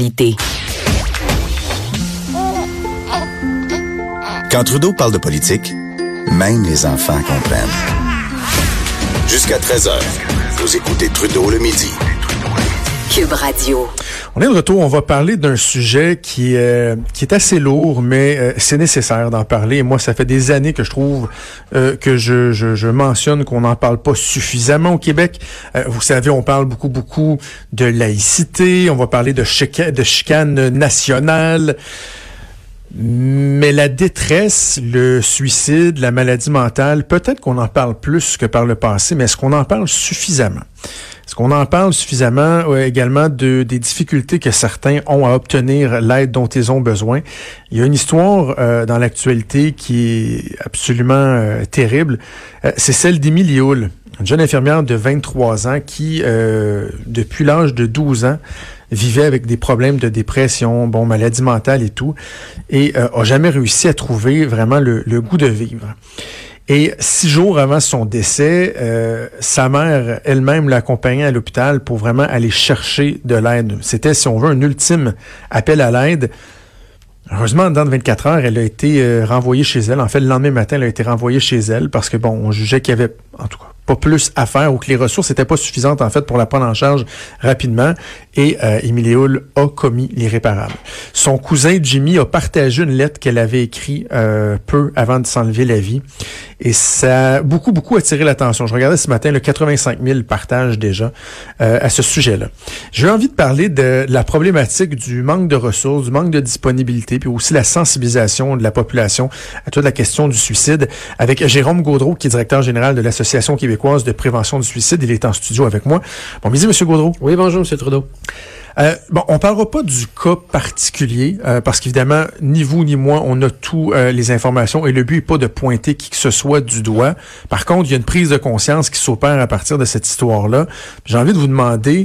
l'actualité. Quand Trudeau parle de politique, même les enfants comprennent. Jusqu'à 13h, vous écoutez Trudeau le midi. Cube Radio. On est de retour, on va parler d'un sujet qui est assez lourd, mais c'est nécessaire d'en parler. Et moi, ça fait des années que je trouve que je mentionne qu'on n'en parle pas suffisamment au Québec. Vous savez, on parle beaucoup de laïcité, on va parler de chicane nationale. Mais la détresse, le suicide, la maladie mentale, peut-être qu'on en parle plus que par le passé, mais est-ce qu'on en parle suffisamment? Est-ce qu'on en parle suffisamment également des difficultés que certains ont à obtenir l'aide dont ils ont besoin? Il y a une histoire dans l'actualité qui est absolument terrible. C'est celle d'Émilie Hull, une jeune infirmière de 23 ans qui, depuis l'âge de 12 ans, vivait avec des problèmes de dépression, maladie mentale et tout, et a jamais réussi à trouver vraiment le goût de vivre. Et 6 jours avant son décès, sa mère elle-même l'a accompagnée à l'hôpital pour vraiment aller chercher de l'aide. C'était, si on veut, un ultime appel à l'aide. Heureusement, dans 24 heures, elle a été renvoyée chez elle. En fait, le lendemain matin, elle a été renvoyée chez elle parce que, on jugeait qu'il y avait, en tout cas, pas plus à faire ou que les ressources n'étaient pas suffisantes, en fait, pour la prendre en charge rapidement. Et Émilie Hull a commis l'irréparable. Son cousin Jimmy a partagé une lettre qu'elle avait écrite peu avant de s'enlever la vie. Et ça a beaucoup attiré l'attention. Je regardais ce matin, 85 000 partages déjà à ce sujet-là. J'ai envie de parler de la problématique du manque de ressources, du manque de disponibilité, puis aussi la sensibilisation de la population à toute la question du suicide, avec Jérôme Gaudreault, qui est directeur général de l'Association québécoise de prévention du suicide. Il est en studio avec moi. Bon midi, M. Gaudreault. Oui, bonjour, M. Trudeau. On parlera pas du cas particulier, parce qu'évidemment, ni vous ni moi, on a tous les informations et le but n'est pas de pointer qui que ce soit du doigt. Par contre, il y a une prise de conscience qui s'opère à partir de cette histoire-là. J'ai envie de vous demander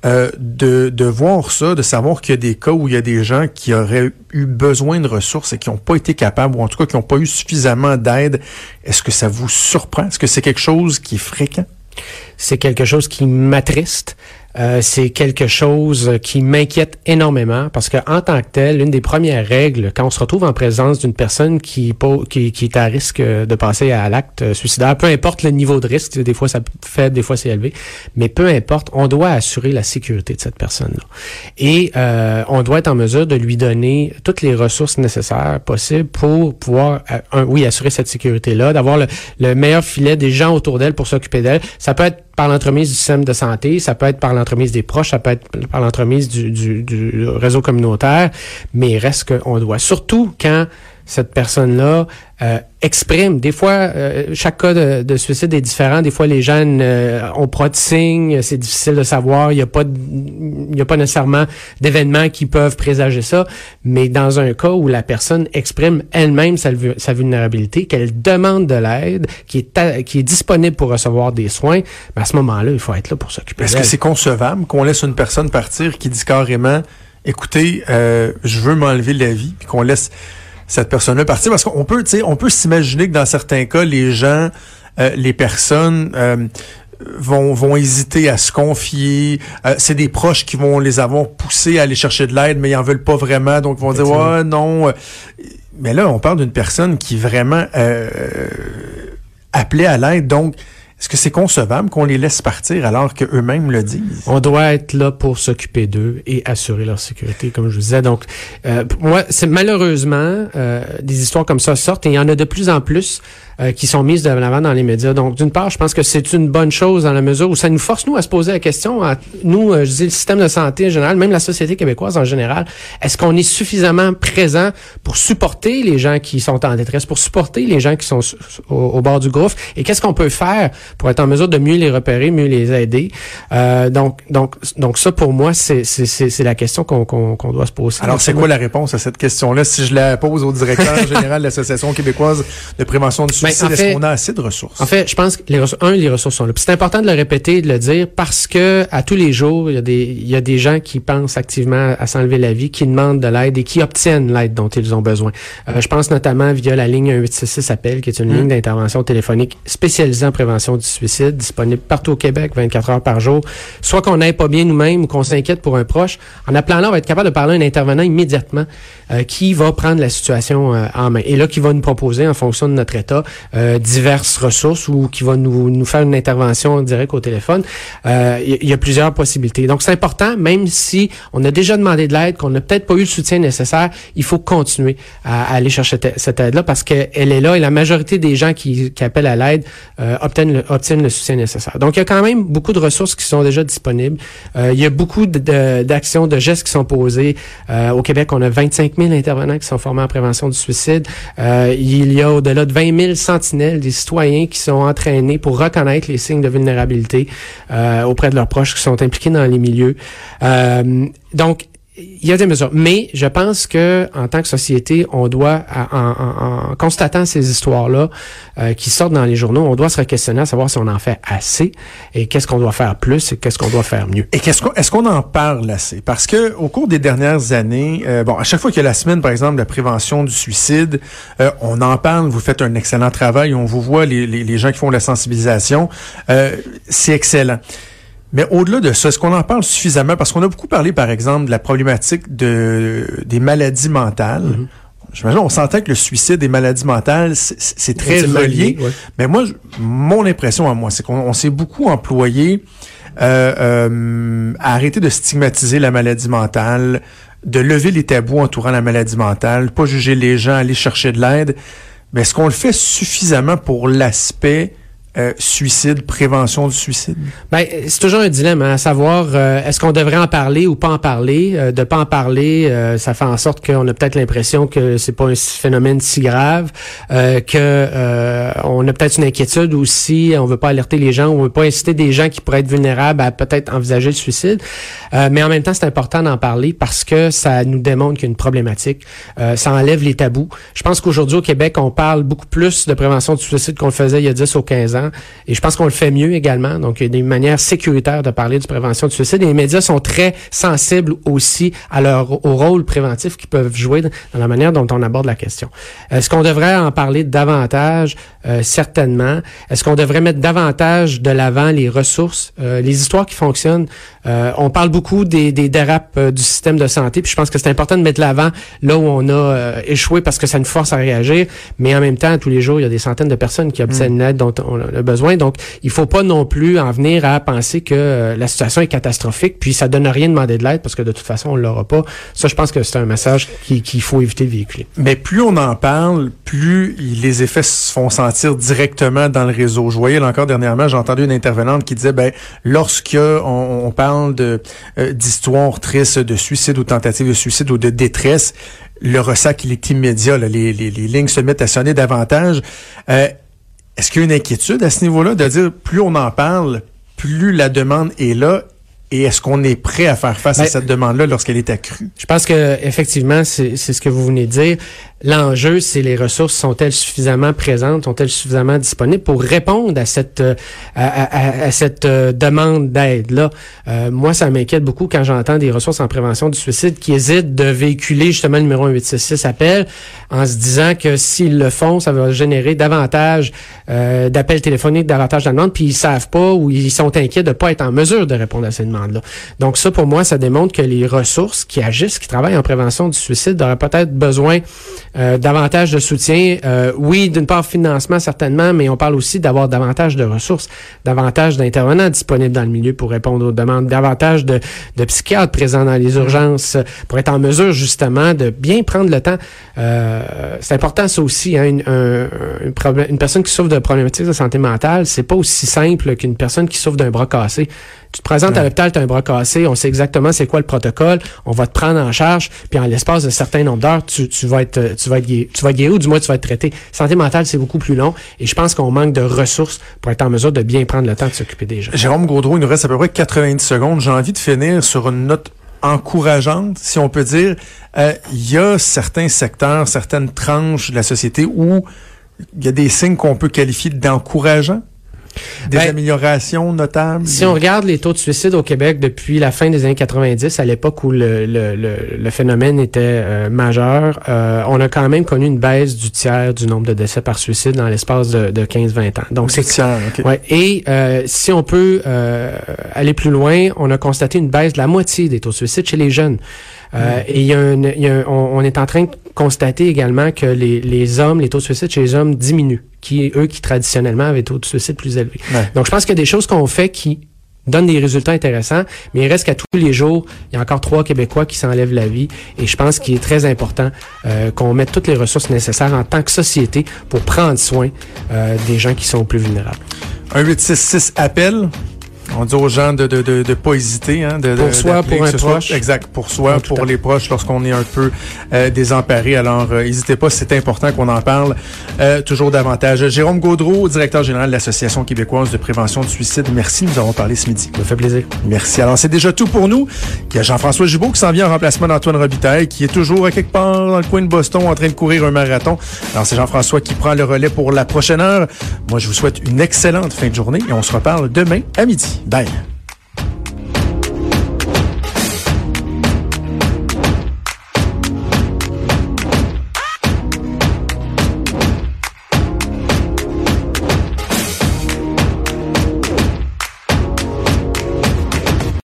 de voir ça, de savoir qu'il y a des cas où il y a des gens qui auraient eu besoin de ressources et qui n'ont pas été capables, ou en tout cas qui n'ont pas eu suffisamment d'aide. Est-ce que ça vous surprend? Est-ce que c'est quelque chose qui est fréquent? C'est quelque chose qui m'attriste. C'est quelque chose qui m'inquiète énormément parce que en tant que tel, l'une des premières règles quand on se retrouve en présence d'une personne qui est à risque de passer à l'acte suicidaire, peu importe le niveau de risque, des fois ça peut être faible, des fois c'est élevé, mais peu importe, on doit assurer la sécurité de cette personne-là. Et on doit être en mesure de lui donner toutes les ressources nécessaires possibles pour pouvoir assurer cette sécurité-là, d'avoir le meilleur filet des gens autour d'elle pour s'occuper d'elle. Ça peut être par l'entremise du système de santé, ça peut être par l'entremise des proches, ça peut être par l'entremise du réseau communautaire, mais il reste qu'on doit, surtout quand cette personne-là exprime. Des fois, chaque cas de suicide est différent. Des fois, les jeunes ont pas de signes, c'est difficile de savoir. Il y a pas nécessairement d'événements qui peuvent présager ça. Mais dans un cas où la personne exprime elle-même sa vulnérabilité, qu'elle demande de l'aide, qui est disponible pour recevoir des soins, à ce moment-là, il faut être là pour s'occuper d'elle. Est-ce que c'est concevable qu'on laisse une personne partir qui dit carrément, écoutez, je veux m'enlever la vie, puis qu'on laisse cette personne-là partir? Parce qu'on peut, on peut s'imaginer que dans certains cas, les gens, les personnes vont hésiter à se confier. C'est des proches qui vont les avoir poussés à aller chercher de l'aide, mais ils en veulent pas vraiment, donc ils vont dire ouais, non. Mais là, on parle d'une personne qui est vraiment appelée à l'aide, donc est-ce que c'est concevable qu'on les laisse partir alors qu'eux-mêmes le disent? On doit être là pour s'occuper d'eux et assurer leur sécurité, comme je vous disais. Donc, pour moi, c'est malheureusement, des histoires comme ça sortent et il y en a de plus en plus qui sont mises de l'avant dans les médias. Donc, d'une part, je pense que c'est une bonne chose dans la mesure où ça nous force, nous, à se poser la question, nous, je dis le système de santé en général, même la société québécoise en général, est-ce qu'on est suffisamment présent pour supporter les gens qui sont en détresse, pour supporter les gens qui sont au bord du gouffre, et qu'est-ce qu'on peut faire pour être en mesure de mieux les repérer, mieux les aider? Donc ça, pour moi, c'est la question qu'on doit se poser. Alors, c'est quoi la réponse à cette question-là si je la pose au directeur général de l'Association québécoise de prévention du suicide? Est-ce qu'on a assez de ressources? En fait, je pense que les ressources sont là. Puis c'est important de le répéter et de le dire parce que à tous les jours, il y a des gens qui pensent activement à s'enlever la vie, qui demandent de l'aide et qui obtiennent l'aide dont ils ont besoin. Je pense notamment via la ligne 1866 appel, qui est une ligne d'intervention téléphonique spécialisée en prévention du suicide, disponible partout au Québec, 24 heures par jour. Soit qu'on n'aille pas bien nous-mêmes ou qu'on s'inquiète pour un proche, en appelant là, on va être capable de parler à un intervenant immédiatement qui va prendre la situation en main. Et là, qui va nous proposer, en fonction de notre état, diverses ressources ou qui va nous faire une intervention directe au téléphone. Il y a plusieurs possibilités. Donc, c'est important, même si on a déjà demandé de l'aide, qu'on n'a peut-être pas eu le soutien nécessaire, il faut continuer à aller chercher cette aide-là parce qu'elle est là et la majorité des gens qui appellent à l'aide obtiennent le soutien nécessaire. Donc, il y a quand même beaucoup de ressources qui sont déjà disponibles. Il y a beaucoup d'actions, de gestes qui sont posés. Au Québec, on a 25 000 intervenants qui sont formés en prévention du suicide. Il y a au-delà de 20 000 sentinelles, des citoyens qui sont entraînés pour reconnaître les signes de vulnérabilité auprès de leurs proches qui sont impliqués dans les milieux. Donc, il y a des mesures, mais je pense que en tant que société, on doit, en constatant ces histoires-là qui sortent dans les journaux, on doit se questionner à savoir si on en fait assez et qu'est-ce qu'on doit faire plus et qu'est-ce qu'on doit faire mieux. Et est-ce qu'on en parle assez? Parce que au cours des dernières années, à chaque fois qu'il y a la semaine, par exemple, de la prévention du suicide, on en parle. Vous faites un excellent travail. On vous voit les gens qui font la sensibilisation. C'est excellent. Mais au-delà de ça, est-ce qu'on en parle suffisamment? Parce qu'on a beaucoup parlé, par exemple, de la problématique des maladies mentales. Mm-hmm. J'imagine, on s'entend que le suicide et maladies mentales, c'est très relié. Ouais. Mais moi, mon impression à moi, c'est qu'on s'est beaucoup employé à arrêter de stigmatiser la maladie mentale, de lever les tabous entourant la maladie mentale, pas juger les gens, aller chercher de l'aide. Mais est-ce qu'on le fait suffisamment pour l'aspect suicide, prévention du suicide? Ben, c'est toujours un dilemme, à savoir est-ce qu'on devrait en parler ou pas en parler. De pas en parler, ça fait en sorte qu'on a peut-être l'impression que c'est pas un phénomène si grave, que on a peut-être une inquiétude aussi, on veut pas alerter les gens, on veut pas inciter des gens qui pourraient être vulnérables à peut-être envisager le suicide. Mais en même temps, c'est important d'en parler parce que ça nous démontre qu'il y a une problématique. Ça enlève les tabous. Je pense qu'aujourd'hui, au Québec, on parle beaucoup plus de prévention du suicide qu'on le faisait il y a 10 ou 15 ans. Et je pense qu'on le fait mieux également. Donc, il y a des manières sécuritaires de parler de prévention du suicide. Et les médias sont très sensibles aussi au rôle préventif qu'ils peuvent jouer dans la manière dont on aborde la question. Est-ce qu'on devrait en parler davantage? Certainement. Est-ce qu'on devrait mettre davantage de l'avant les ressources, les histoires qui fonctionnent? On parle beaucoup des dérapes du système de santé, puis je pense que c'est important de mettre l'avant là où on a échoué parce que ça nous force à réagir. Mais en même temps, tous les jours, il y a des centaines de personnes qui obtiennent l'aide dont on a besoin. Donc, il faut pas non plus en venir à penser que la situation est catastrophique, puis ça donne rien de demander de l'aide parce que de toute façon, on l'aura pas. Ça, je pense que c'est un message qu'il faut éviter de véhiculer. Mais plus on en parle, plus les effets se font sentir directement dans le réseau. Je voyais là encore dernièrement, j'ai entendu une intervenante qui disait, on parle d'histoires tristes, de suicide ou tentatives de suicide ou de détresse, le ressac, il est immédiat. Là, les lignes se mettent à sonner davantage. Est-ce qu'il y a une inquiétude à ce niveau-là de dire plus on en parle, plus la demande est là? Et est-ce qu'on est prêt à faire face à cette demande-là lorsqu'elle est accrue? Je pense que effectivement, c'est ce que vous venez de dire. L'enjeu, c'est les ressources sont-elles suffisamment présentes, sont-elles suffisamment disponibles pour répondre à cette demande d'aide-là. Moi, ça m'inquiète beaucoup quand j'entends des ressources en prévention du suicide qui hésitent de véhiculer justement le numéro 1866 appel en se disant que s'ils le font, ça va générer davantage d'appels téléphoniques, davantage de demandes, puis ils savent pas ou ils sont inquiets de pas être en mesure de répondre à ces demandes-là. Donc ça, pour moi, ça démontre que les ressources qui agissent, qui travaillent en prévention du suicide auraient peut-être besoin davantage de soutien. Oui, d'une part financement certainement, mais on parle aussi d'avoir davantage de ressources, davantage d'intervenants disponibles dans le milieu pour répondre aux demandes, davantage de psychiatres présents dans les urgences pour être en mesure justement de bien prendre le temps. C'est important ça aussi, hein, une personne qui souffre de problématiques de santé mentale, c'est pas aussi simple qu'une personne qui souffre d'un bras cassé. Tu te présentes à l'hôpital, tu as un bras cassé, on sait exactement c'est quoi le protocole, on va te prendre en charge, puis en l'espace de certains nombres d'heures, tu vas être guéri ou du moins tu vas être traité. Santé mentale, c'est beaucoup plus long et je pense qu'on manque de ressources pour être en mesure de bien prendre le temps de s'occuper des gens. Jérôme Gaudreault, il nous reste à peu près 90 secondes. J'ai envie de finir sur une note encourageante, si on peut dire. Il y a certains secteurs, certaines tranches de la société où il y a des signes qu'on peut qualifier d'encourageants? Des améliorations notables? Si on regarde les taux de suicide au Québec depuis la fin des années 90, à l'époque où le phénomène était majeur, on a quand même connu une baisse du tiers du nombre de décès par suicide dans l'espace de 15-20 ans. Donc c'est tiers, OK. Ouais, et si on peut aller plus loin, on a constaté une baisse de la moitié des taux de suicide chez les jeunes. Et on est en train de constater également que les hommes, les taux de suicide chez les hommes diminuent, qui traditionnellement avaient des taux de suicide plus élevés. Ouais. Donc je pense qu'il y a des choses qu'on fait qui donnent des résultats intéressants, mais il reste qu'à tous les jours, il y a encore 3 Québécois qui s'enlèvent la vie, et je pense qu'il est très important qu'on mette toutes les ressources nécessaires en tant que société pour prendre soin des gens qui sont plus vulnérables. 1-866 appel. On dit aux gens de pas hésiter, hein, pour soi, pour un proche. Exact, pour soi, pour les proches lorsqu'on est un peu désemparé. Alors, n'hésitez pas, c'est important qu'on en parle toujours davantage. Jérôme Gaudreault, directeur général de l'Association québécoise de prévention du suicide. Merci, nous avons parlé ce midi. Ça me fait plaisir. Merci. Alors, c'est déjà tout pour nous. Il y a Jean-François Gibault qui s'en vient en remplacement d'Antoine Robitaille, qui est toujours à quelque part dans le coin de Boston en train de courir un marathon. Alors, c'est Jean-François qui prend le relais pour la prochaine heure. Moi, je vous souhaite une excellente fin de journée et on se reparle demain à midi. Bye.